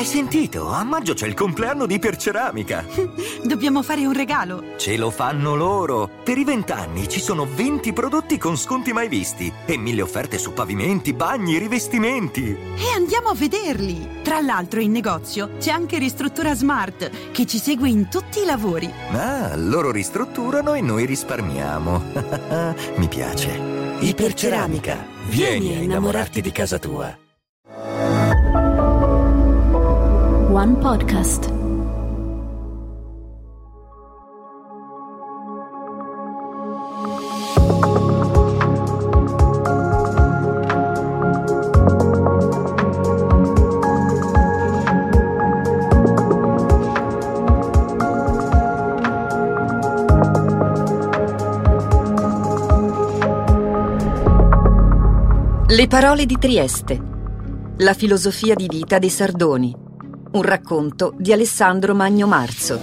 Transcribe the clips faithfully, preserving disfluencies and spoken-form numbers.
Hai sentito? A maggio c'è il compleanno di Iperceramica. Dobbiamo fare un regalo. Ce lo fanno loro. Per i vent'anni ci sono venti prodotti con sconti mai visti e mille offerte su pavimenti, bagni, rivestimenti. E andiamo a vederli. Tra l'altro in negozio c'è anche Ristruttura Smart che ci segue in tutti i lavori. Ah, loro ristrutturano e noi risparmiamo. Mi piace. Iperceramica. Vieni a innamorarti di casa tua. One Podcast. Le parole di Trieste. La filosofia di vita dei Sardoni. Un racconto di Alessandro Magno Marzo.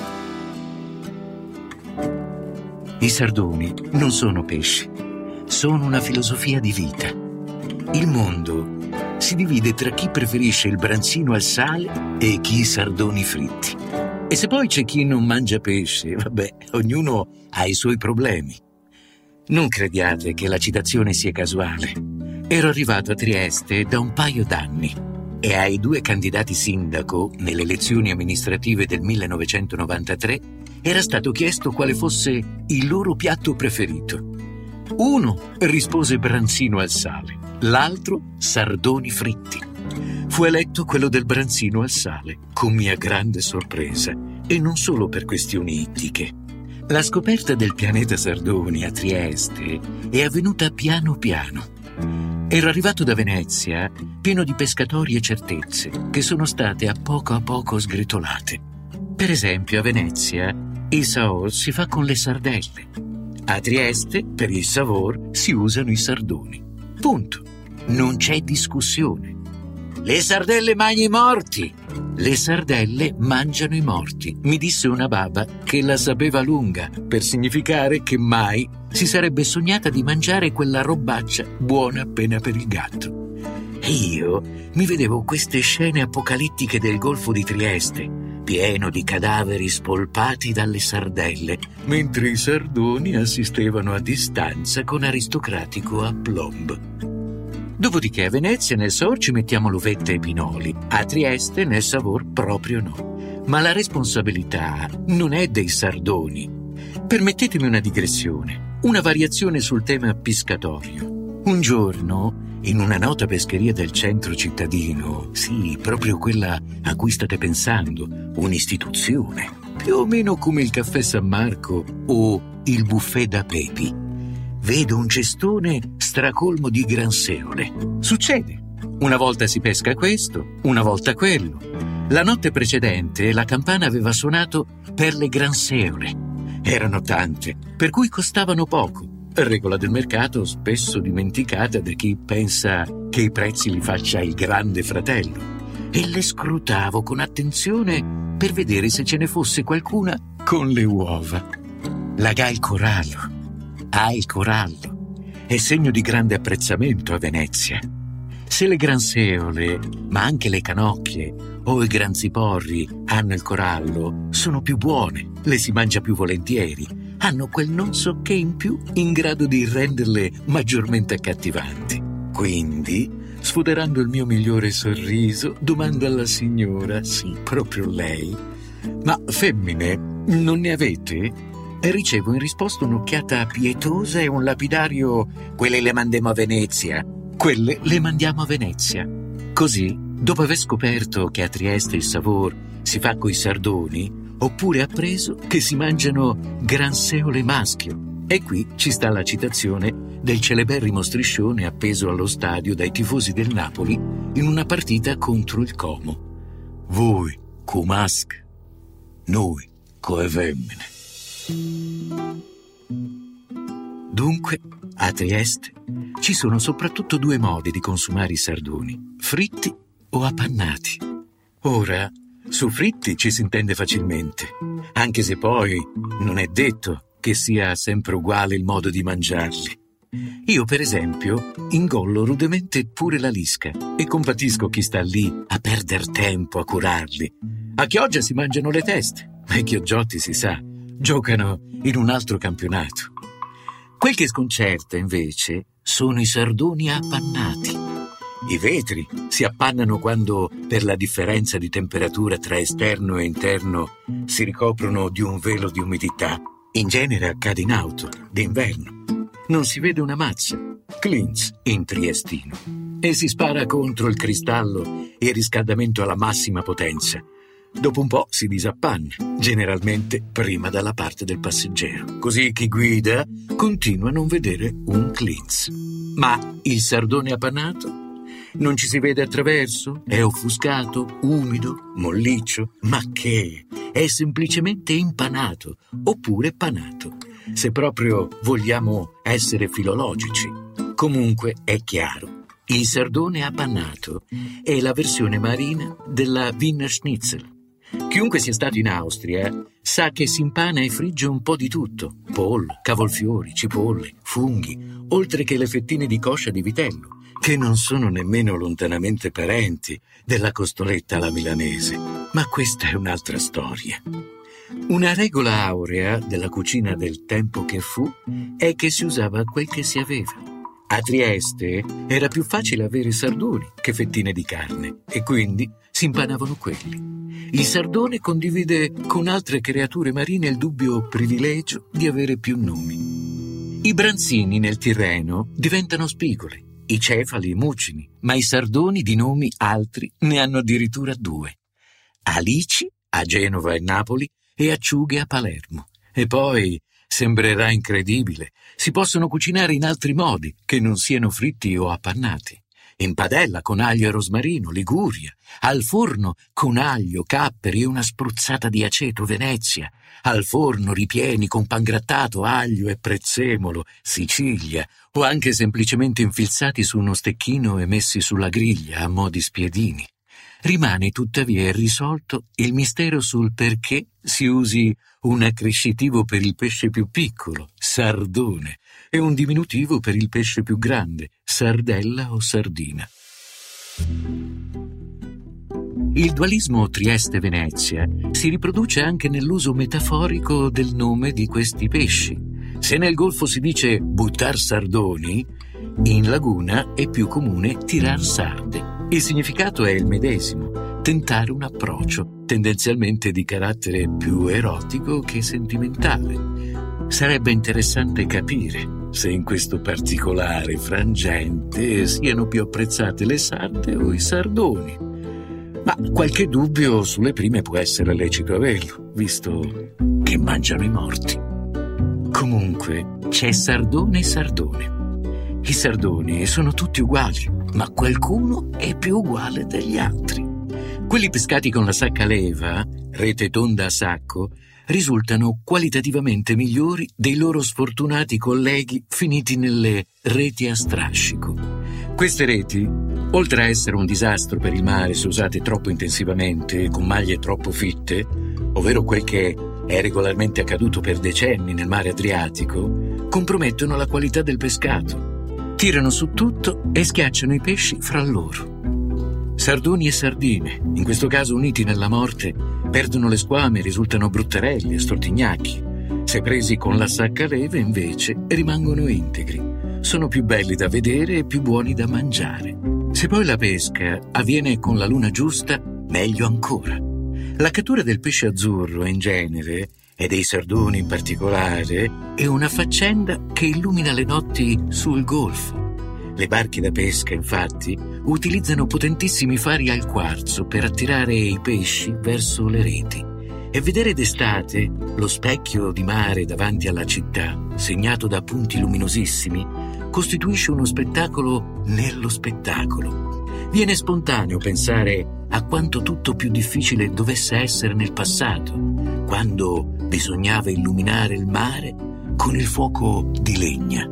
I sardoni non sono pesci, sono una filosofia di vita. Il mondo si divide tra chi preferisce il branzino al sale e chi i sardoni fritti. E se poi c'è chi non mangia pesce, vabbè, ognuno ha i suoi problemi. Non crediate che la citazione sia casuale. Ero arrivato a Trieste da un paio d'anni e ai due candidati sindaco nelle elezioni amministrative del millenovecentonovantatré era stato chiesto quale fosse il loro piatto preferito. Uno rispose branzino al sale, l'altro sardoni fritti. Fu eletto quello del branzino al sale, con mia grande sorpresa, e non solo per questioni ittiche. La scoperta del pianeta Sardoni a Trieste è avvenuta piano piano. Ero arrivato da Venezia pieno di pescatori e certezze che sono state a poco a poco sgretolate. Per esempio a Venezia il saor si fa con le sardelle. A Trieste per il savor si usano i sardoni. Punto. Non c'è discussione. Le sardelle mangiano i morti. Le sardelle mangiano i morti, mi disse una baba che la sapeva lunga, per significare che mai si sarebbe sognata di mangiare quella robaccia buona appena per il gatto. E io mi vedevo queste scene apocalittiche del Golfo di Trieste, pieno di cadaveri spolpati dalle sardelle, mentre i sardoni assistevano a distanza con aristocratico aplomb. Dopodiché a Venezia nel savor ci mettiamo l'uvetta e pinoli, a Trieste nel savor proprio no. Ma la responsabilità non è dei sardoni. Permettetemi una digressione, una variazione sul tema piscatorio. Un giorno, in una nota pescheria del centro cittadino, sì, proprio quella a cui state pensando, un'istituzione, più o meno come il Caffè San Marco o il Buffet da Pepi, vedo un cestone stracolmo di granseole. Succede. Una volta si pesca questo, una volta quello. La notte precedente la campana aveva suonato per le granseole. Erano tante, per cui costavano poco. Regola del mercato spesso dimenticata da chi pensa che i prezzi li faccia il grande fratello. E le scrutavo con attenzione per vedere se ce ne fosse qualcuna con le uova. Lagai il corallo. Ah, il corallo è segno di grande apprezzamento a Venezia. Se le granseole, ma anche le canocchie o i granziporri hanno il corallo, sono più buone, le si mangia più volentieri, hanno quel non so che in più in grado di renderle maggiormente accattivanti. Quindi, sfoderando il mio migliore sorriso, domando alla signora, sì, proprio lei, ma femmine, non ne avete? E ricevo in risposta un'occhiata pietosa e un lapidario: quelle le mandiamo a Venezia. Quelle le mandiamo a Venezia. Così, dopo aver scoperto che a Trieste il savor si fa coi sardoni, ho pure appreso che si mangiano granseole maschio. E qui ci sta la citazione del celeberrimo striscione appeso allo stadio dai tifosi del Napoli in una partita contro il Como. Voi co mask, noi coe femmine. Dunque, a Trieste ci sono soprattutto due modi di consumare i sardoni, fritti o appannati. Ora, su fritti ci si intende facilmente, anche se poi non è detto che sia sempre uguale il modo di mangiarli. Io, per esempio, ingollo rudemente pure la lisca e compatisco chi sta lì a perder tempo a curarli. A Chioggia si mangiano le teste, ma i Chioggiotti, si sa, giocano in un altro campionato. Quel che sconcerta, invece, sono i sardoni appannati. I vetri si appannano quando, per la differenza di temperatura tra esterno e interno, si ricoprono di un velo di umidità. In genere accade in auto, d'inverno. Non si vede una mazza, cleans in triestino, e si spara contro il cristallo e il riscaldamento alla massima potenza. Dopo un po' si disappanna, generalmente prima dalla parte del passeggero. Così chi guida continua a non vedere un cleans. Ma il sardone appannato? Non ci si vede attraverso? È offuscato, umido, molliccio? Ma che? È semplicemente impanato, oppure panato, se proprio vogliamo essere filologici. Comunque è chiaro, il sardone appannato è la versione marina della Wiener Schnitzel. Chiunque sia stato in Austria sa che si impana e frigge un po' di tutto: pollo, cavolfiori, cipolle, funghi, oltre che le fettine di coscia di vitello, che non sono nemmeno lontanamente parenti della costoletta alla milanese. Ma questa è un'altra storia. Una regola aurea della cucina del tempo che fu è che si usava quel che si aveva. A Trieste era più facile avere sardoni che fettine di carne, e quindi si impanavano quelli. Il sardone condivide con altre creature marine il dubbio privilegio di avere più nomi. I branzini nel Tirreno diventano spigoli, i cefali mucini, ma i sardoni di nomi altri ne hanno addirittura due: alici a Genova e Napoli e acciughe a Palermo. E poi, sembrerà incredibile, si possono cucinare in altri modi che non siano fritti o appannati. In padella con aglio e rosmarino, Liguria; al forno con aglio, capperi e una spruzzata di aceto, Venezia; al forno ripieni con pangrattato, aglio e prezzemolo, Sicilia; o anche semplicemente infilzati su uno stecchino e messi sulla griglia a mo' di spiedini. Rimane tuttavia irrisolto il mistero sul perché si usi un accrescitivo per il pesce più piccolo, sardone, e un diminutivo per il pesce più grande, sardella o sardina. Il dualismo Trieste-Venezia si riproduce anche nell'uso metaforico del nome di questi pesci. Se nel Golfo si dice buttar sardoni, in laguna è più comune tirar sarde. Il significato è il medesimo: tentare un approccio, tendenzialmente di carattere più erotico che sentimentale. Sarebbe interessante capire se in questo particolare frangente siano più apprezzate le sarde o i sardoni. Ma qualche dubbio sulle prime può essere lecito averlo, visto che mangiano i morti. Comunque, c'è sardone e sardone. I sardoni sono tutti uguali, ma qualcuno è più uguale degli altri. Quelli pescati con la sacca leva, rete tonda a sacco, risultano qualitativamente migliori dei loro sfortunati colleghi finiti nelle reti a strascico. Queste reti, oltre a essere un disastro per il mare se usate troppo intensivamente e con maglie troppo fitte, ovvero quel che è regolarmente accaduto per decenni nel mare Adriatico, compromettono la qualità del pescato. Tirano su tutto e schiacciano i pesci fra loro. Sardoni e sardine, in questo caso uniti nella morte, perdono le squame e risultano bruttarelli e stortignacchi. Se presi con la sacca leva, invece, rimangono integri. Sono più belli da vedere e più buoni da mangiare. Se poi la pesca avviene con la luna giusta, meglio ancora. La cattura del pesce azzurro in genere, e dei sardoni in particolare, è una faccenda che illumina le notti sul Golfo. Le barche da pesca, infatti, utilizzano potentissimi fari al quarzo per attirare i pesci verso le reti. E vedere d'estate lo specchio di mare davanti alla città, segnato da punti luminosissimi, costituisce uno spettacolo nello spettacolo. Viene spontaneo pensare a quanto tutto più difficile dovesse essere nel passato, quando bisognava illuminare il mare con il fuoco di legna.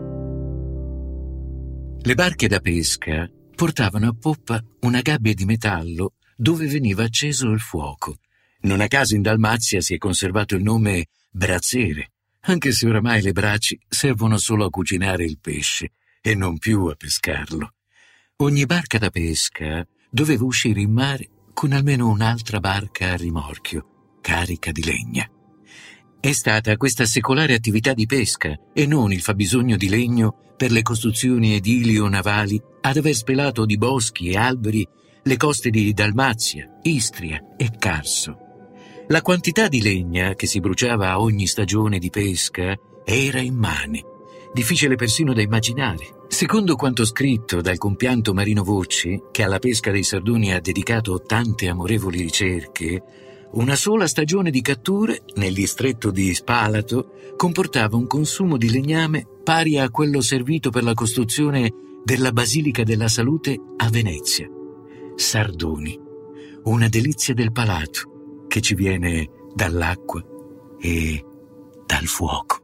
Le barche da pesca portavano a poppa una gabbia di metallo dove veniva acceso il fuoco. Non a caso in Dalmazia si è conservato il nome braziere, anche se oramai le braci servono solo a cucinare il pesce e non più a pescarlo. Ogni barca da pesca doveva uscire in mare con almeno un'altra barca a rimorchio, carica di legna. È stata questa secolare attività di pesca e non il fabbisogno di legno per le costruzioni edili o navali ad aver spelato di boschi e alberi le coste di Dalmazia, Istria e Carso. La quantità di legna che si bruciava a ogni stagione di pesca era immane, difficile persino da immaginare. Secondo quanto scritto dal compianto Marino Vocci, che alla pesca dei sardoni ha dedicato tante amorevoli ricerche, una sola stagione di catture nel distretto di Spalato comportava un consumo di legname pari a quello servito per la costruzione della Basilica della Salute a Venezia. Sardoni, una delizia del palato che ci viene dall'acqua e dal fuoco.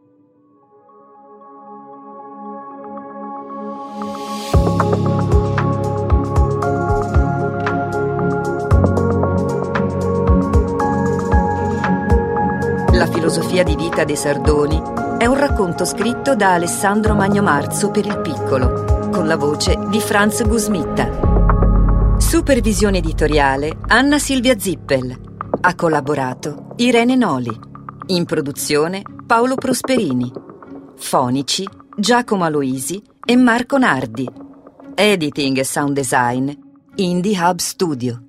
La filosofia di vita dei Sardoni è un racconto scritto da Alessandro Magno Marzo per Il Piccolo, con la voce di Franz Gusmitta. Supervisione editoriale Anna Silvia Zippel. Ha collaborato Irene Noli. In produzione Paolo Prosperini. Fonici Giacomo Aloisi e Marco Nardi. Editing e sound design Indie Hub Studio.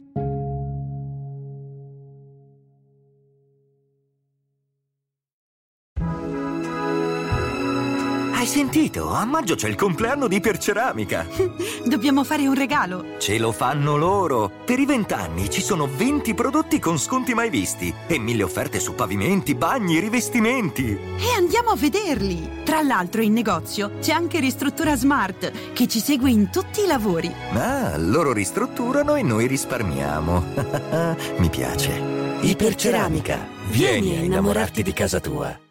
Hai sentito? A maggio c'è il compleanno di Iperceramica. Dobbiamo fare un regalo. Ce lo fanno loro. Per i vent'anni ci sono venti prodotti con sconti mai visti e mille offerte su pavimenti, bagni, rivestimenti. E andiamo a vederli. Tra l'altro in negozio c'è anche Ristruttura Smart, che ci segue in tutti i lavori. Ah, loro ristrutturano e noi risparmiamo. Mi piace. Iperceramica. Vieni a innamorarti di casa tua.